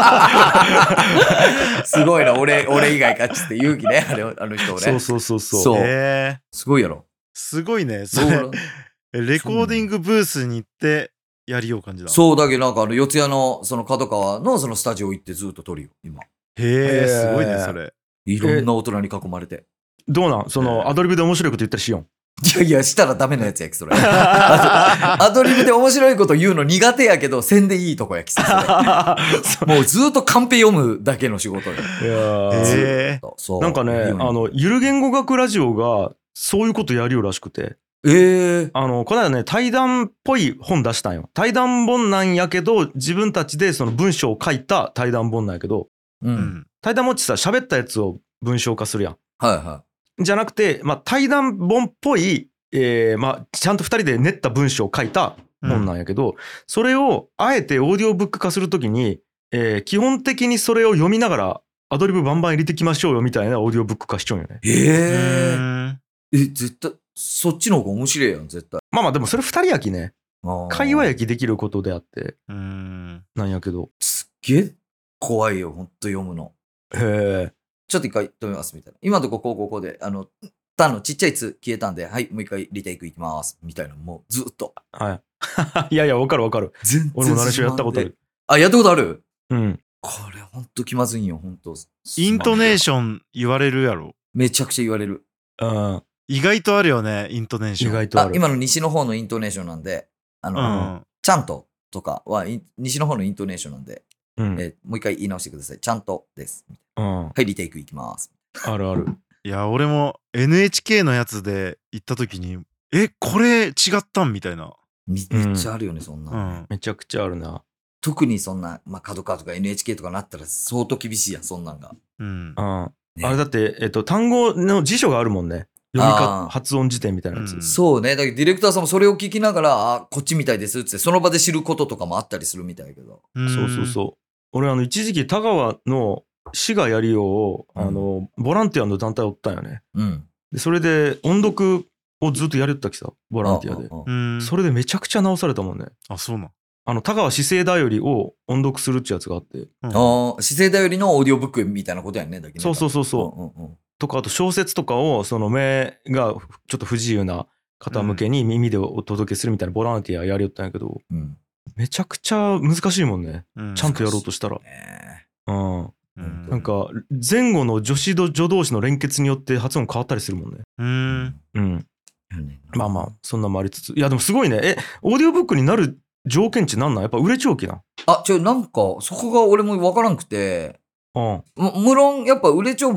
すごいな、俺、俺以外かっつって勇気ね、あれ、あの人をね。 そうそうそうそう。 そうへえすごいやろ。 すごいねそれローランレコーディングブースに行ってやりよう感じだそうだけど、なんかあの、四谷の、その角川のそのスタジオ行ってずっと撮るよ、今。 へえすごいねそれいろんな大人に囲まれて。 どうなんその、アドリブで面白いこと言ったりしよん。 いやいや、したらダメなやつやき、それ。あとアドリブで面白いこと言うの苦手やけど、せんでいいとこやきさ。それもうずっとカンペ読むだけの仕事で。 いやーへえそう。 なんかね、あの、 の、ゆる言語学ラジオが、そういうことやるよらしくて。 ええあの、この間ね、対談っぽい本出したんよ。対談本なんやけど、自分たちでその文章を書いた対談本なんやけど、 う。 うんん対談本ってさ、喋ったやつを文章化するやん。 はいはじゃなくて、まあ、対談本っぽい、えーまあ、ちゃんとふたりで練った文章を書いた本なんやけど、それをあえてオーディオブック化するときに、えー基本的にそれを読みながらアドリブバンバン入れてきましょうよみたいなオーディオブック化しちゃうんよね。 い。 うえんええ、絶対、そっちの方が面白いやん、絶対。 まあまあでもそれふたりやきね。 あー会話やきできることであってうんなんやけど。 すっげえ怖いよ、ほんと読むの。 へえ。 ちょっと一回止めます、みたいな。今のとここうこうこうで、あの、たのちっちゃいつ消えたんで、はい、もう一回リテイクいきます、みたいな、もうずっと。 はい。いやいや、わかるわかる。 全然俺もナレーションやったことある。 あ、やったことあるうん。 これほんと気まずいんよ、ほんと。 イントネーション。 ョン言われるやろめちゃくちゃ言われる。 うん。 意外とあるよねイントネーション意外とある。、 あ今の西の方のイントネーションなんで、あうの、 んちゃんととかは、い西の方のイントネーションなんで、 うん。 えーもう一回言い直してください。ちゃんとです。 うん。 はい、リテイクいきます。 あるある。 いや俺も エヌエイチケー のやつで行った時にえこれ違ったんみたいなみめっちゃあるよね、そんなの。 うんめちゃくちゃあるな。 特にそんな、まあ、角川とか エヌエイチケー とかなったら相当厳しいやん、そんなんが。 うんうん。 ねあれだって、えっと、単語の辞書があるもんね。読みあかー発音辞典みたいなやつ。 うんそうね。だけどディレクターさんもそれを聞きながら、あ、こっちみたいですって、その場で知ることとかもあったりするみたいだけど。 うんそうそうそう。俺、あの、一時期、田川の市がやりようを、 うんあの、ボランティアの団体おったんよね。 うん。 で、それで、音読をずっとやりよったきさ、ボランティアで。 あああうんそれでめちゃくちゃ直されたもんね。 あそうなんあの、田川姿勢だよりを音読するってやつがあって。 うんああ、姿勢頼りのオーディオブックみたいなことやんね。だけどねそうそうそうそう。 うんうんうんとか、あと小説とかを、その目がちょっと不自由な方向けに耳でお届けするみたいなボランティアやりよったんやけど、 うん。 めちゃくちゃ難しいもんね。 うんちゃんとやろうとしたら。 ねうん。 うんなんか、前後の助詞と助動詞の連結によって発音変わったりするもんね。 うんうん。 やねまあまあ、そんなもありつつ。いや、でもすごいね。え、オーディオブックになる条件値なんなんやっぱ売れ長期な。 あ、ちょ、なんか、そこが俺もわからんくて、 うん。 む無論、やっぱ売れ帳もの、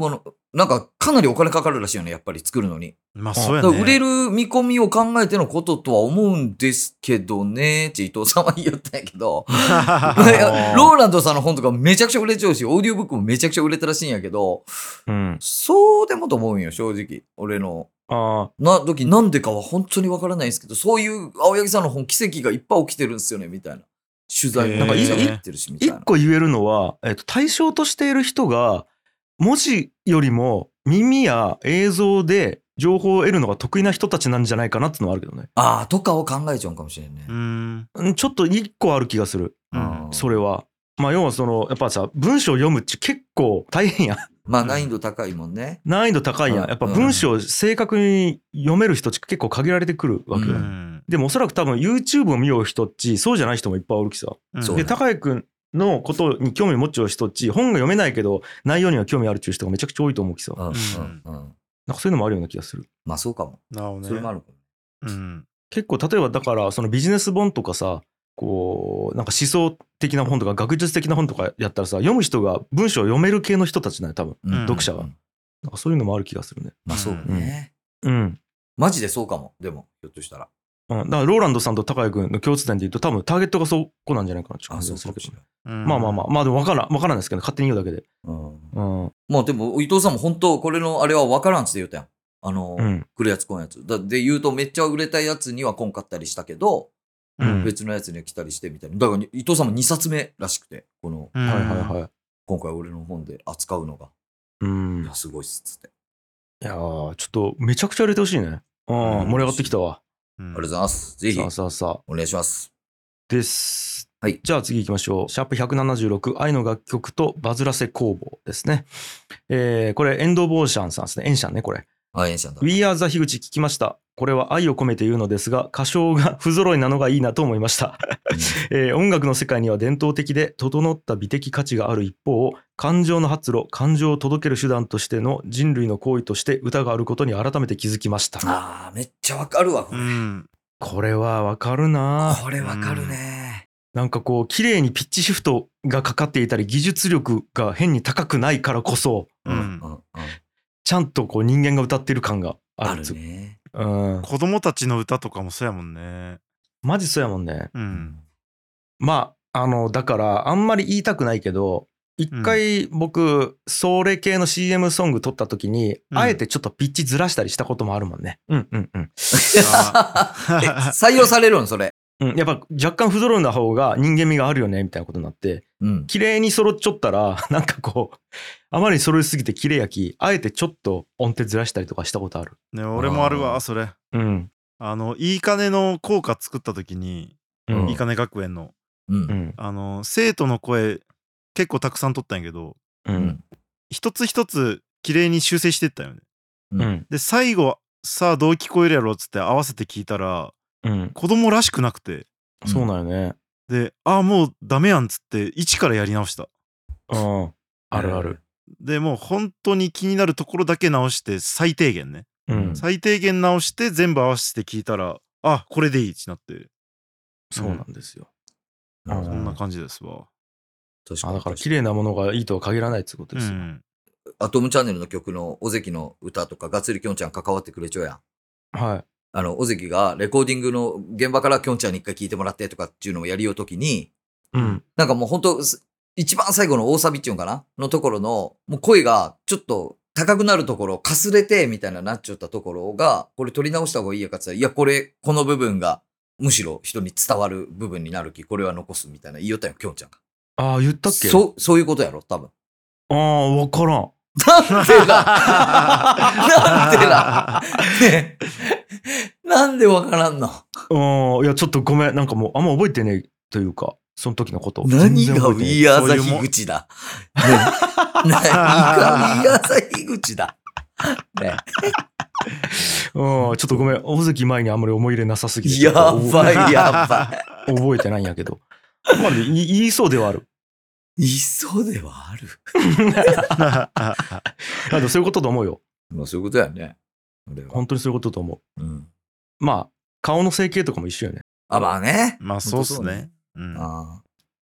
なんかかなりお金かかるらしいよね、やっぱり作るのに。 まあそうやね。 だから売れる見込みを考えてのこととは思うんですけどね、って伊藤さんは言ったんやけど、いやローランドさんの本とかめちゃくちゃ売れちゃうし、オーディオブックもめちゃくちゃ売れたらしいんやけど、 うん。 そうでもと思うんよ、正直。俺の。 あな時なんでかは本当にわからないですけど、そういう青柳さんの本奇跡がいっぱい起きてるんですよね、みたいな。取材もめちゃくちゃ入ってるし、みたい一な。 個言えるのは、えっと、対象としている人が文字よりも耳や映像で情報を得るのが得意な人たちなんじゃないかなっていうのはあるけどね。 ああ、とかを考えちゃうかもしれんね。 うん。 うんちょっと一個ある気がする。 うんそれは。まあ要はそのやっぱさ文章を読むって結構大変やん。 まあ難易度高いもんね。 難易度高いやん。やっぱ文章を正確に読める人って結構限られてくるわけよ。 うんでもおそらく多分 YouTube を見よう人っちそうじゃない人もいっぱいおるきさ。 うんそうで高井君のことに興味持っちゃう人っち本が読めないけど内容には興味あるっていう人がめちゃくちゃ多いと思うきさ。 うんうんうん。 なんかそういうのもあるような気がする。 まあそうかも。 なるほどね。 それもあるかも。 うん。 結構例えばだからそのビジネス本とかさこうなんか思想的な本とか学術的な本とかやったらさ読む人が文章を読める系の人たちなんよ多分、 うん読者が、 うんなんかそういうのもある気がするね。 まあそうね。 うん。 マジでそうかも。でも、ひょっとしたら。 うん、だからローランドさんと高井君の共通点で言うと多分ターゲットがそこなんじゃないかなってあ、 感じそうがするけどかもしれね。 ない。 うんまあまあまあまあでも分からん分からんですけど勝手に言うだけで。 うんうん。 まあでも、伊藤さんも本当、これのあれは分からんつって言ったやん。あの、 うん来るやつ来んやつ。だで言うとめっちゃ売れたやつには来んかったりしたけど、 うん別のやつには来たりしてみたいな。だから伊藤さんもにさつめらしくて、この、 うんはいはいはい。 今回俺の本で扱うのが。 うん。 いや、すごいっすっつって。 いやーちょっとめちゃくちゃ売れてほしいね。うん、 うん盛り上がってきたわ。 うんありがとうございます。ぜひさ、あさあさあ。 お願いします。 です。 はいじゃあ次行きましょう。シャープひゃくななじゅうろく愛の楽曲とバズらせ工房ですね。えー、これエンドボーシャンさんですね。エンシャンねこれ。 あ、エンシャンだ。 We Are the 樋口聞きました。これは愛を込めて言うのですが歌唱が不揃いなのがいいなと思いました、えー音楽の世界には伝統的で整った美的価値がある一方感情の発露感情を届ける手段としての人類の行為として歌があることに改めて気づきました。 ああ、めっちゃわかるわ、これ。 うん。 これはわかるな。 これわかるね。 なんかこう綺麗にピッチシフトがかかっていたり技術力が変に高くないからこそう。 うんんうん。 ちゃんとこう人間が歌ってる感がああるつるね。 うん、 子供たちの歌とかもそうやもんね。 マジそうやもんね。 うん。 まああのだからあんまり言いたくないけど一回僕それ系の シーエム ソング撮った時に、 うんあえてちょっとピッチずらしたりしたこともあるもんね。うんうんうん。 え採用されるんそれ。 うん、やっぱ若干不揃いな方が人間味があるよねみたいなことになってうん。 綺麗に揃っちゃったらなんかこうあまりに揃いすぎて綺麗やきあえてちょっと音程ずらしたりとかしたことある。 ね、俺もあるわ、 あーそれ。 うんあの、いい金の効果作った時に、 うんいい金学園の、 う。 うんんあの、生徒の声、結構たくさん取ったんやけど、 ううんん。 一つ一つ綺麗に修正してったよね。 うんうんで、最後、さあどう聞こえるやろっつって合わせて聞いたら、 うん子供らしくなくて、 そうなんよね。 で、ああ、もうダメやんっつって、一からやり直した。 うんあるある。 で、もう本当に気になるところだけ直して、最低限ね。 うん最低限直して、全部合わせて聞いたら、あ、これでいいってなって、 そうなんですよ。 なるほどそんな感じですわ。 確かにあだから綺麗なものがいいとは限らないってことですよ。 うん。 アトムチャンネルの曲の尾関の歌とかガッツリきょんちゃん関わってくれちゃうやん。 はい。 あの、尾関がレコーディングの現場からきょんちゃんに一回聞いてもらってとかっていうのをやりようときに、 うんなんかもう本当一番最後の大サビっていうのかなのところの、もう声がちょっと高くなるところ、かすれてみたいななっちゃったところが、これ取り直した方がいいやかって言ったら、いや、これ、この部分が、むしろ人に伝わる部分になるき、これは残すみたいな言いよったよ、きょんちゃんが。 ああ言ったっけ。 そう、そういうことやろ、多分。 ああ分からん。 なんでだなんでだねえなんでわからんのうんいやちょっとごめんなんかもうあんま覚えてねえというかその時のこと。 何がウ全然覚えてねえィーアーザそういうもん樋口だ、ね、何がウィーアーザ樋口だ、ね、 うんちょっとごめん尾関前にあんまり思い入れなさすぎてやばいやばい覚えてないんやけどまあ言い言いそうではある。 いそうではある。 あでもそういうことと思うよ。 まあそういうことやね。俺は。 本当にそういうことと思う。 うん。 まあ顔の整形とかも一緒よね。 あ、まあね。 まあそうっすね。うん。 ああ。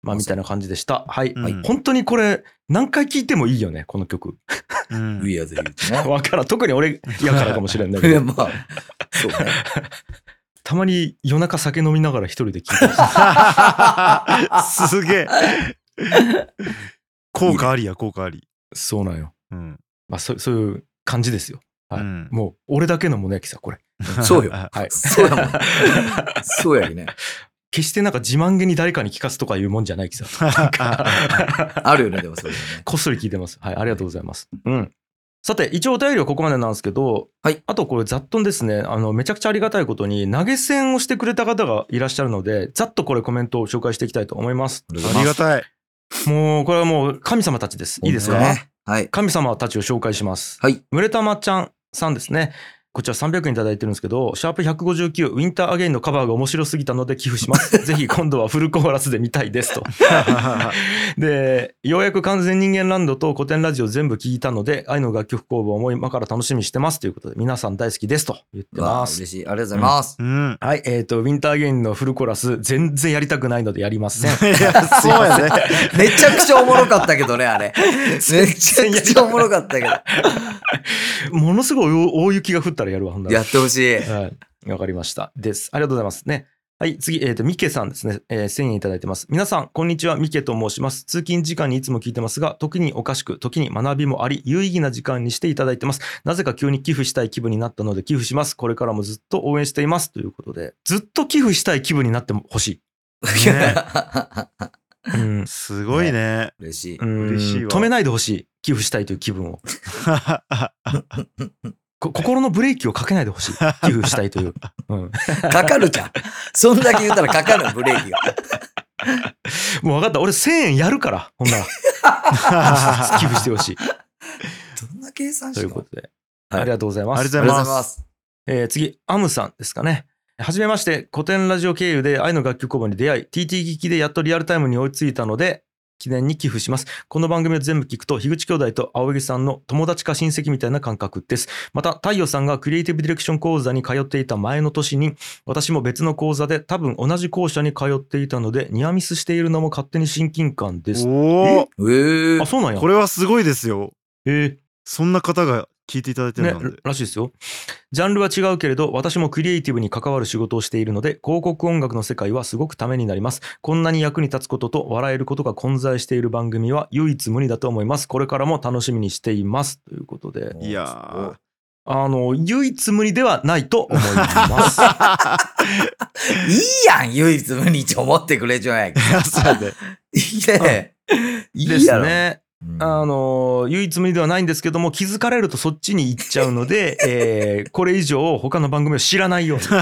まあみたいな感じでした。はい。 はい本当にこれ何回聴いてもいいよね、この曲。 うん We are the youth ね。 わからん。特に俺やからかもしれんないいや、 けど。 まあ、そうね。 たまに夜中酒飲みながら一人で聴いてます。 すげえ。効果ありや、効果あり。 そうなんよ。 うん。 まあそそういう感じですよ。はい。 うんもう俺だけのものやきさ、これ。 そうよ。 はい。 そうやもん。そうやきね。 決してなんか自慢げに誰かに聞かすとかいうもんじゃないきさ。 あるよね、でもそういうのね。 こっそり聞いてます。はい、ありがとうございます。うん。さて、一応お便りはここまでなんですけど、 はい。 あとこれざっとですね、あの、めちゃくちゃありがたいことに投げ銭をしてくれた方がいらっしゃるので、ざっとこれコメントを紹介していきたいと思います。 ありがとうございます。 ありがたい。 もう、これはもう神様たちです。いいですか、 ね。はい。 神様たちを紹介します。 はい。 むれたまちゃんさんですね。こちらさんびゃくえんいただいてるんですけど、シャープひゃくごじゅうきゅう、ウィンターアゲインのカバーが面白すぎたので寄付します。ぜひ今度はフルコーラスで見たいですと。で、ようやく完全人間ランドと古典ラジオ全部聞いたので、愛の楽曲工房も今から楽しみにしてますということで、皆さん大好きですと言ってわあ、 ます。 嬉しい。ありがとうございます。 うん。 はい、えっ、と、ウィンターアゲインのフルコーラス、全然やりたくないのでやりません。 いや、そうやね。 めちゃくちゃおもろかったけどね、あれ。めちゃくちゃおもろかったけど。 ものすごい大雪が降ったらやるわ、ほんなら。 やってほしい。 はい。わかりました。です。ありがとうございますね。はい。次、えっ、と、ミケさんですね。えー、せんえんいただいてます。皆さん、こんにちは。ミケと申します。通勤時間にいつも聞いてますが、時におかしく、時に学びもあり、有意義な時間にしていただいてます。なぜか急に寄付したい気分になったので寄付します。これからもずっと応援しています。ということで、ずっと寄付したい気分になってほしい。 ねうん。 すごいね。 嬉しい。 うん嬉しいわ止めないでほしい。寄付したいという気分を。こ心のブレーキをかけないでほしい。寄付したいという。うん。 かかるじゃん。そんだけ言ったらかかる、ブレーキが。 もう分かった。俺せんえんやるから。ほんなら。寄付してほしい。 どんな計算しよう。 ということで。 はいありがとうございます。 ありがとうございます。 えー次、アムさんですかね。はじめまして、古典ラジオ経由で愛の楽曲工房に出会い、ティーティー 聞きでやっとリアルタイムに追いついたので、記念に寄付します。この番組を全部聞くと、樋口兄弟と青柳さんの友達か親戚みたいな感覚です。また、太陽さんがクリエイティブディレクション講座に通っていた前の年に、私も別の講座で多分同じ校舎に通っていたので、ニアミスしているのも勝手に親近感です。 おお。 ええあ、そうなんや。 これはすごいですよ。 えーそんな方が聞いていただいてるねなんで。、 らしいですよ。ジャンルは違うけれど、私もクリエイティブに関わる仕事をしているので、広告音楽の世界はすごくためになります。こんなに役に立つことと笑えることが混在している番組は唯一無二だと思います。これからも楽しみにしています。ということで、 いやー。 あの、唯一無二ではないと思います。 いいやん、唯一無二って思ってくれちゃうやん。いそうやね。 いね。いでいやろ。 すね。 うんあの、唯一無二ではないんですけども、気づかれるとそっちに行っちゃうので、えーこれ以上他の番組を知らないように。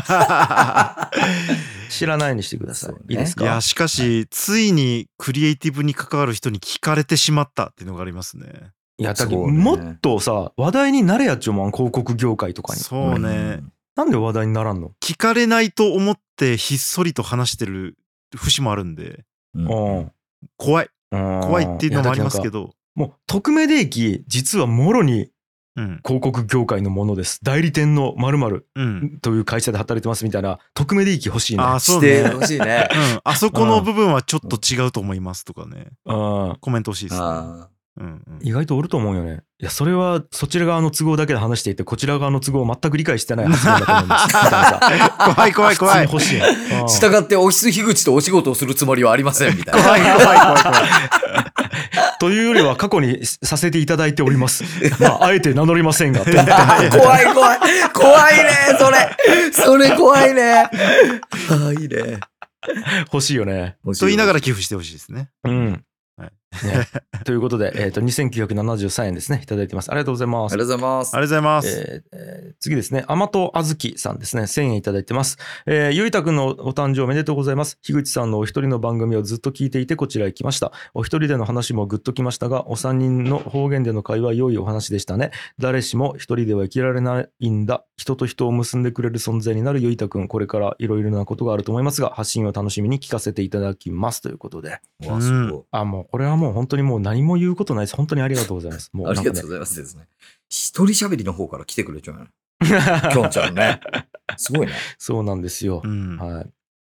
知らないようにしてください。 そうねいいですか？ いや、しかし、ついにクリエイティブに関わる人に聞かれてしまったっていうのがありますね。 いや、だけどそうねもっとさ、話題になれやっちゅうもん、広告業界とかに。 そうね。 なんで話題にならんの？ 聞かれないと思ってひっそりと話してる節もあるんで、 うんうん怖い。 怖怖いっていうのもありますけど。 ど。 もう、匿名利益、実はもろにうん。 広告業界のものです。代理店の〇〇 うん。 という会社で働いてますみたいな、匿名利益欲しいね。 ああ、そうね。 してほしいね。 うん。あそこの部分はちょっと違うと思いますとかね。 うんコメント欲しいですね。 あうんうん。 意外とおると思うよね。いや、それはそちら側の都合だけで話していて、こちら側の都合を全く理解してない発言だと思います。みたいなさ怖い怖い怖い。 普通に欲しいやん。うんしたがって、オフィス樋口とお仕事をするつもりはありません、みたいな。 怖い怖い怖い怖い。 というよりは過去にさせていただいております。まあ、あえて名乗りませんが。 怖い怖い。怖いね、それ。それ怖いね。ああ、いいね。 欲しいよね。 と言いながら寄付してほしいですね。 うん。 はいね、ということで、えっ、と、にせんきゅうひゃくななじゅうさんえんですね。いただいてます。ありがとうございます。 ありがとうございます。 ありがとうございます。 えーえー次ですね。甘とあずきさんですね。せんえんいただいてます。えー、ゆいたくんのお誕生おめでとうございます。樋口さんのお一人の番組をずっと聞いていてこちらへ来ました。お一人での話もぐっときましたが、お三人の方言での会話良いお話でしたね。誰しも一人では生きられないんだ。人と人を結んでくれる存在になるゆいたくん。これからいろいろなことがあると思いますが、発信を楽しみに聞かせていただきます。ということで。 うわ、すごい。 あ、もうこれはもう本当にもう何も言うことないです。本当にありがとうございます。もうあなんかねりがとうございますですね。一人喋りの方から来てくれちゃうの。きょんちゃんね。すごいね。 そうなんですよう。ん。 はい。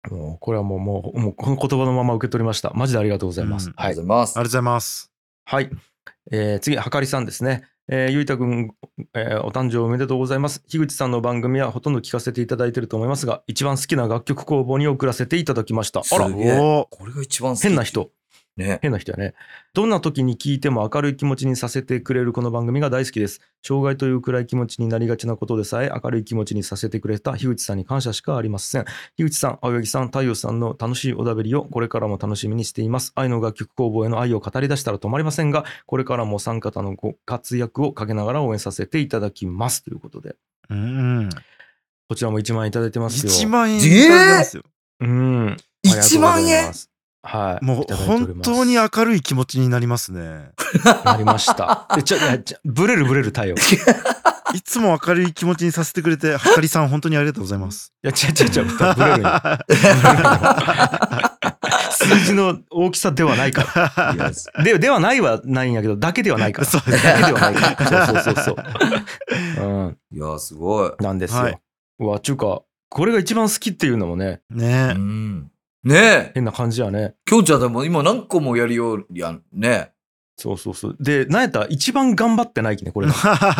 もうこれはもうもうもうこの言葉のまま受け取りました。マジでありがとうございます。 うんはいありがとうございますありがとうございます。 はい。えー、次はかりさんですね。えー、ゆいたくん、えーお誕生おめでとうございます。樋口さんの番組はほとんど聞かせていただいていると思いますが、一番好きな楽曲工房に送らせていただきました。あらすげえおこれが一番好き変な人。 ね。 変な人やね。どんな時に聞いても明るい気持ちにさせてくれるこの番組が大好きです。障害という暗い気持ちになりがちなことでさえ明るい気持ちにさせてくれた樋口さんに感謝しかありません。樋口さん、青柳さん、太陽さんの楽しいおだべりをこれからも楽しみにしています。愛の楽曲工房への愛を語り出したら止まりませんが、これからもお三方のご活躍をかけながら応援させていただきますということで、 うん。 こちらもいちまん円いただいてますよ。 いちまん円いただいてますよ。 うん。ありがとうございます。 いちまんえんはい。 もういただいており本ます当に明るい気持ちになりますね。 なりました。えちょいやちょブレるブレる太陽。 いつも明るい気持ちにさせてくれて、はかりさん本当にありがとうございます。 いや、違う違う違う、ブレるよ。数字の大きさではないかいやら。で、ではないはないんやけど、だけではないから。 そうですだけではないから。そうそうそうそう。うん、 いやすごい。 なんですよ。 はいうわ、ちゅうか、これが一番好きっていうのもね、 うねん。ねえ。 変な感じやね。 きょんちゃんでも今何個もやりようやんね。 そうそうそう。で、なんやったら一番頑張ってないきね、これが。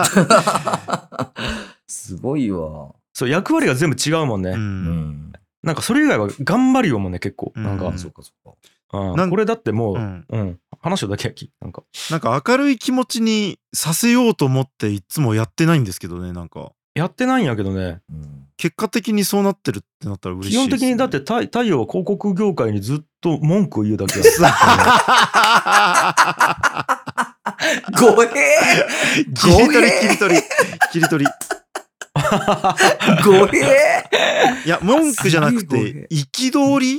すごいわ。 そう、役割が全部違うもんね。 う。 うんん。 なんかそれ以外は頑張るよもんね、結構。なんか、 うんそっかそっか。 うんなんこれだってもう、 ううん、 ん話しただけやき。なんか、 なんか明るい気持ちにさせようと思っていつもやってないんですけどね、なんか。 やってないんやけどね。 うん結果的にそうなってるってなったら嬉しい基です、ね。 本的にだって太太陽は広告業界にずっと文句を言うだけや。 ごへ切り取り切り取り切り取り。 えごへえいや文句じゃなくすげえて憤り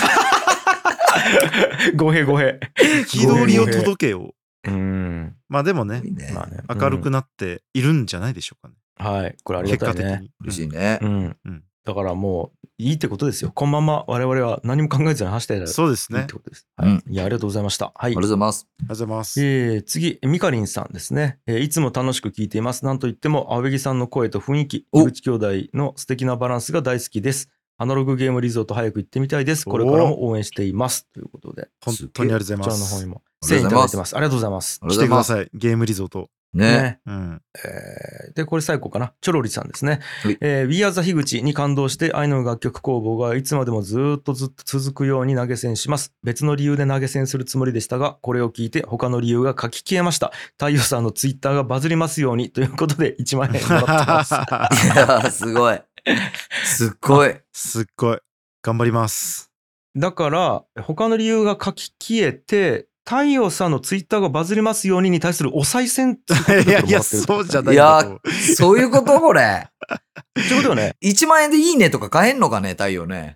語弊語弊。 憤りを届けよう。 うん。 まあでもねいいね。 まあね。 明るくなっているんじゃないでしょうかね。 はい。これありがたいね。 結果的に。 嬉しいねう。ん。 うんだからもういいってことですよ。このまま我々は何も考えずに話していたらいそうですねいって。ことです。はい。 うんいや、ありがとうございました。はいありがとう。ございます。 ありがとうございます。 えー、次、ミカリンさんですね、えーいつも楽しく聞いています。なんといっても、青柳さんの声と雰囲気、 お樋口兄弟の素敵なバランスが大好きです。アナログゲームリゾート早く行ってみたいです。これからも応援しています。ということで、 本当にありがとうこございます。 ちらの方にもあせんいりがとうございますただいてます。ありがとうございます。 ありがとうございます。 来てください。ゲームリゾート。 ね。 うん。 えーで、これ最後かな。チョロリさんですね。 はいえー、We Are the 樋口に感動して愛の楽曲工房がいつまでもずーっとずっと続くように投げ銭します。別の理由で投げ銭するつもりでしたが、これを聞いて他の理由が書き消えました。太陽さんのツイッターがバズりますようにということでいちまんえんもらってます。 いやすごい。すっごい。 すっごい。頑張ります。 だから他の理由が書き消えて、太陽さんのツイッターがバズりますようにに対するお賽銭ってことでいやいや、 もらってるそうじゃないいやけど。 そういうことこれ。 ってことよね。 いちまんえんでいいねとか買えんのかね、太陽ね。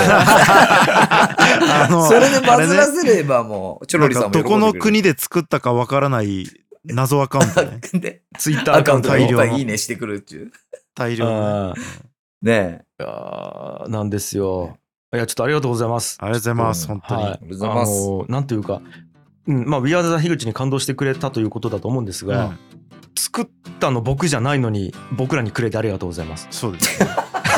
あのそれでバズらあれねせればもう、チョロリさんも喜んでくれる。 なんかどこの国で作ったかわからない謎アカウントね。 で、 ツイッターアアカウントがいっカウント大量ぱいいいねしてくるっていう。 大量のね。 あうんねいやーなんですよ。いやちょっとありがとうございます。 ありがとうございます、 うん本当に。 はい、 ありがとうございますのなんていうか、うん、まあ We Are the 樋口に感動してくれたということだと思うんですが、 うん作ったの僕じゃないのに僕らにくれてありがとうございます。 そうです。 本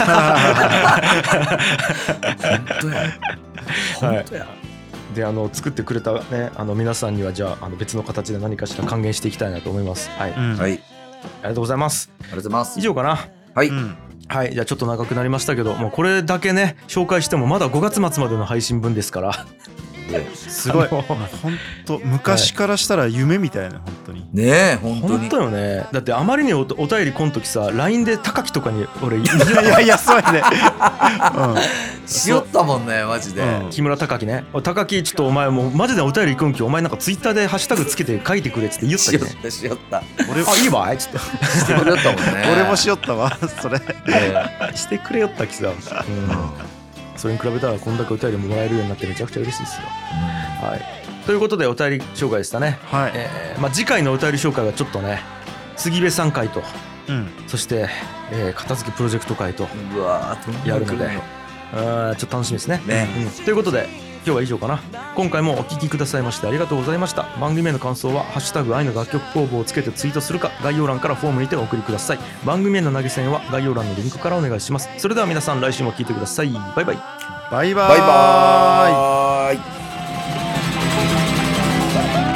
当や。本当や。 であの作ってくれたねあの皆さんにはじゃああの別の形で何かしら還元していきたいなと思います。はい、あうんはい。ありりがとうございます。 がとうございます以。上かな。 はい。 うんはい、じゃあちょっと長くなりましたけど、もうこれだけね紹介してもまだごがつ末までの配信分ですから。 すごい。 あのもう本当昔からしたら夢みたいな、本当に。 ねえ、本当に。 本当よね。だってあまりにおお便りこん時さ ライン で高木とかに俺いやいやいや、そうやね。 しよったもんね、マジで。 うん木村高木ね、お高木ちょっとお前もうマジでお便り行くんきお前なんかツイッターでハッシュタグつけて書いてくれっつって言ったよね。 しよった、しよった。 俺あいいわいっつってしてくれよったもんね。 俺もしよったわ、それ。 ねしてくれよったきさ、うん、それに比べたらこんだけお便りももらえるようになってめちゃくちゃ嬉しいですよ。はい、ということでお便り紹介でしたね。 はい。 えーまあ、次回のお便り紹介はちょっとね杉部さん会とうん。 そして、えー片付けプロジェクト会とうわぁ、どんなやるので来あーちょっと楽しみですね。 ねうんということで今日は以上かな。今回もお聞きくださいましてありがとうございました。番組への感想は「ハッシュタグ愛の楽曲工房」をつけてツイートするか概要欄からフォームにてお送りください。番組への投げ銭は概要欄のリンクからお願いします。それでは皆さん来週も聞いてください。バイバイ。 バイバーイ。 バイバーイ。